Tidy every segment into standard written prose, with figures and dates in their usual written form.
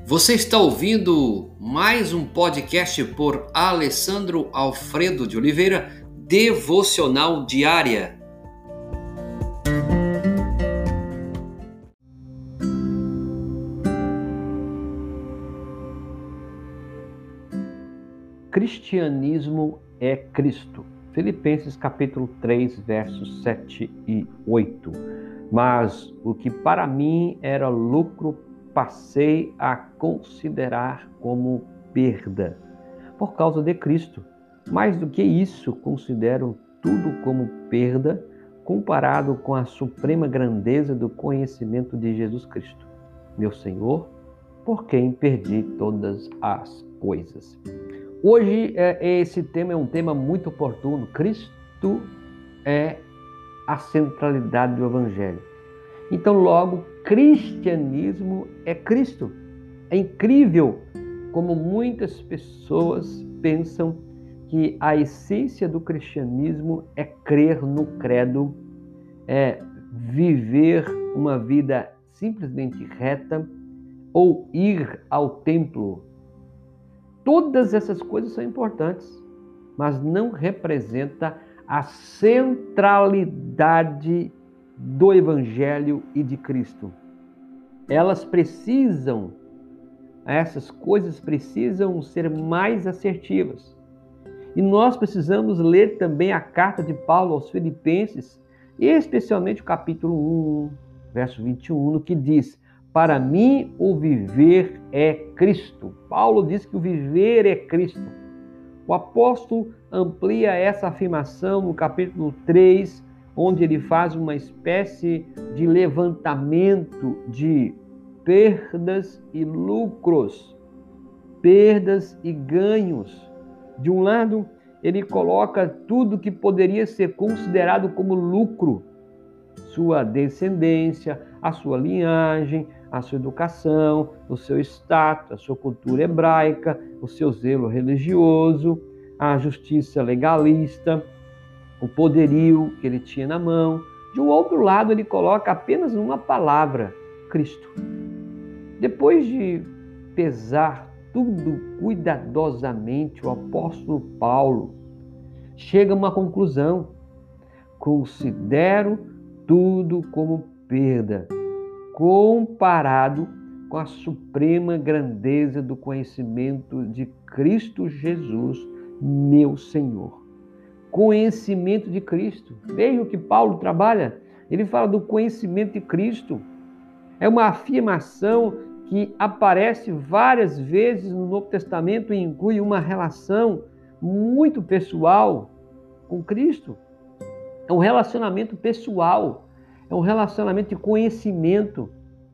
Você está ouvindo mais um podcast por Alessandro Alfredo de Oliveira, Devocional Diária. Cristianismo é Cristo. Filipenses capítulo 3, versos 7 e 8. Mas o que para mim era lucro, passei a considerar como perda, por causa de Cristo. Mais do que isso, considero tudo como perda, comparado com a suprema grandeza do conhecimento de Jesus Cristo, meu Senhor, por quem perdi todas as coisas. Hoje, esse tema é um tema muito oportuno. Cristo é a centralidade do Evangelho. Então, logo, cristianismo é Cristo. É incrível como muitas pessoas pensam que a essência do cristianismo é crer no credo, é viver uma vida simplesmente reta ou ir ao templo. Todas essas coisas são importantes, mas não representa a centralidade do Evangelho e de Cristo. Essas coisas precisam ser mais assertivas. E nós precisamos ler também a carta de Paulo aos Filipenses, especialmente o capítulo 1, verso 21, que diz: para mim o viver é Cristo. Paulo diz que o viver é Cristo. O apóstolo amplia essa afirmação no capítulo 3, onde ele faz uma espécie de levantamento de perdas e lucros, perdas e ganhos. De um lado, ele coloca tudo que poderia ser considerado como lucro, sua descendência, a sua linhagem, a sua educação, o seu status, a sua cultura hebraica, o seu zelo religioso, a justiça legalista, o poderio que ele tinha na mão. De um outro lado, ele coloca apenas uma palavra: Cristo. Depois de pesar tudo cuidadosamente, o apóstolo Paulo chega a uma conclusão: considero tudo como perda, comparado com a suprema grandeza do conhecimento de Cristo Jesus, meu Senhor. Conhecimento de Cristo. Veja o que Paulo trabalha. Ele fala do conhecimento de Cristo. É uma afirmação que aparece várias vezes no Novo Testamento e inclui uma relação muito pessoal com Cristo. É um relacionamento pessoal, é um relacionamento de conhecimento.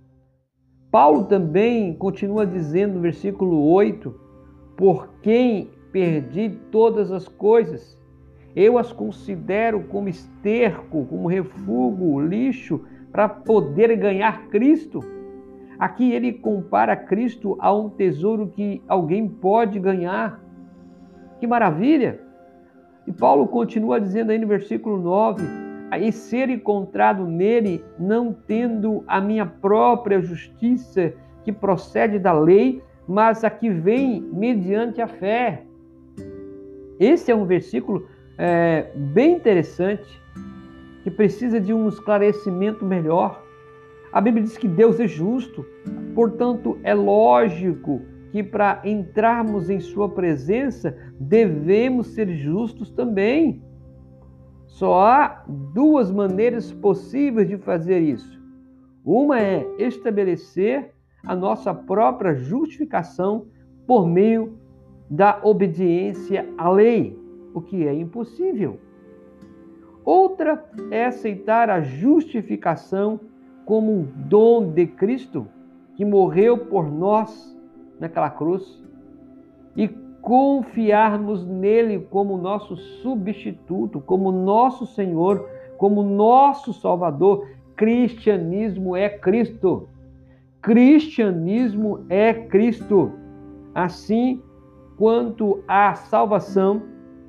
Paulo também continua dizendo no versículo 8: por quem perdi todas as coisas, eu as considero como esterco, como refúgio, lixo, para poder ganhar Cristo. Aqui ele compara Cristo a um tesouro que alguém pode ganhar. Que maravilha! E Paulo continua dizendo aí no versículo 9: e ser encontrado nele, não tendo a minha própria justiça que procede da lei, mas a que vem mediante a fé. Esse é um versículo bem interessante, que precisa de um esclarecimento melhor. A Bíblia diz que Deus é justo, portanto é lógico que para entrarmos em sua presença, devemos ser justos também. Só há duas maneiras possíveis de fazer isso. Uma é estabelecer a nossa própria justificação por meio da obediência à lei, o que é impossível. Outra é aceitar a justificação como um dom de Cristo, que morreu por nós naquela cruz, e confiarmos nele como nosso substituto, como nosso Senhor, como nosso Salvador. Cristianismo é Cristo. Cristianismo é Cristo. Assim quanto à salvação,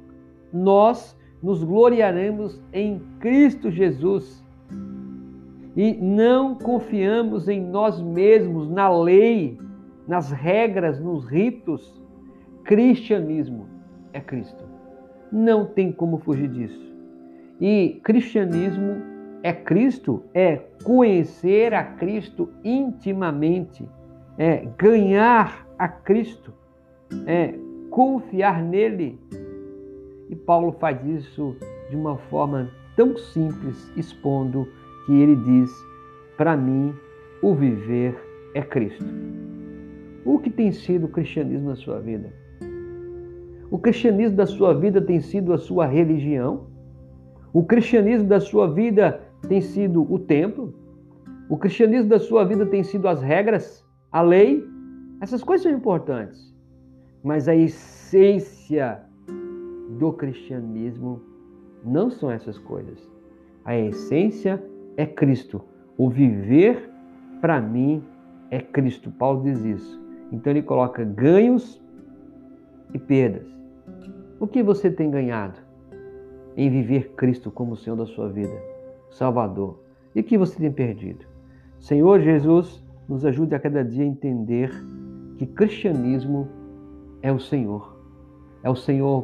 nós nos gloriaremos em Cristo Jesus. E não confiamos em nós mesmos, na lei, nas regras, nos ritos. Cristianismo é Cristo. Não tem como fugir disso. E cristianismo é Cristo, é conhecer a Cristo intimamente, é ganhar a Cristo, é confiar nele. E Paulo faz isso de uma forma tão simples, expondo que ele diz: para mim, o viver é Cristo. O que tem sido o cristianismo na sua vida? O cristianismo da sua vida tem sido a sua religião? O cristianismo da sua vida tem sido o templo? O cristianismo da sua vida tem sido as regras, a lei? Essas coisas são importantes. Mas a essência do cristianismo não são essas coisas. A essência é Cristo. O viver, para mim, é Cristo. Paulo diz isso. Então ele coloca ganhos e perdas. O que você tem ganhado em viver Cristo como o Senhor da sua vida, Salvador? E o que você tem perdido? Senhor Jesus, nos ajude a cada dia a entender que cristianismo é o Senhor. É o Senhor,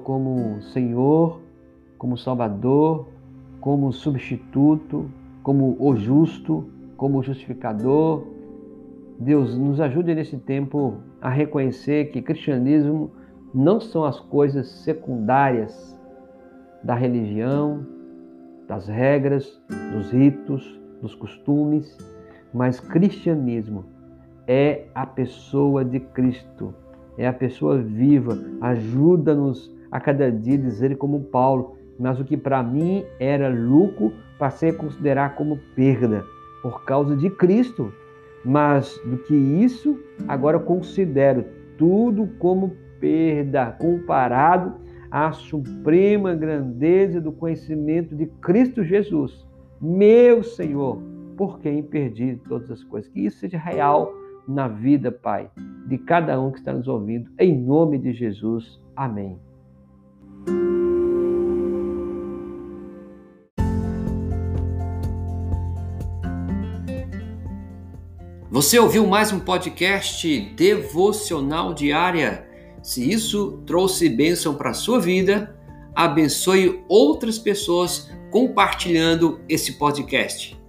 como Salvador, como substituto, como o justo, como justificador. Deus, nos ajude nesse tempo a reconhecer que cristianismo não são as coisas secundárias da religião, das regras, dos ritos, dos costumes, mas cristianismo é a pessoa de Cristo, é a pessoa viva. Ajuda-nos a cada dia dizer como Paulo: mas o que para mim era lucro, passei a considerar como perda por causa de Cristo. Mas do que isso, agora considero tudo como perda, comparado à suprema grandeza do conhecimento de Cristo Jesus, meu Senhor, por quem perdi todas as coisas. Que isso seja real na vida, Pai, de cada um que está nos ouvindo, em nome de Jesus. Amém. Você ouviu mais um podcast devocional diária? Se isso trouxe bênção para a sua vida, abençoe outras pessoas compartilhando esse podcast.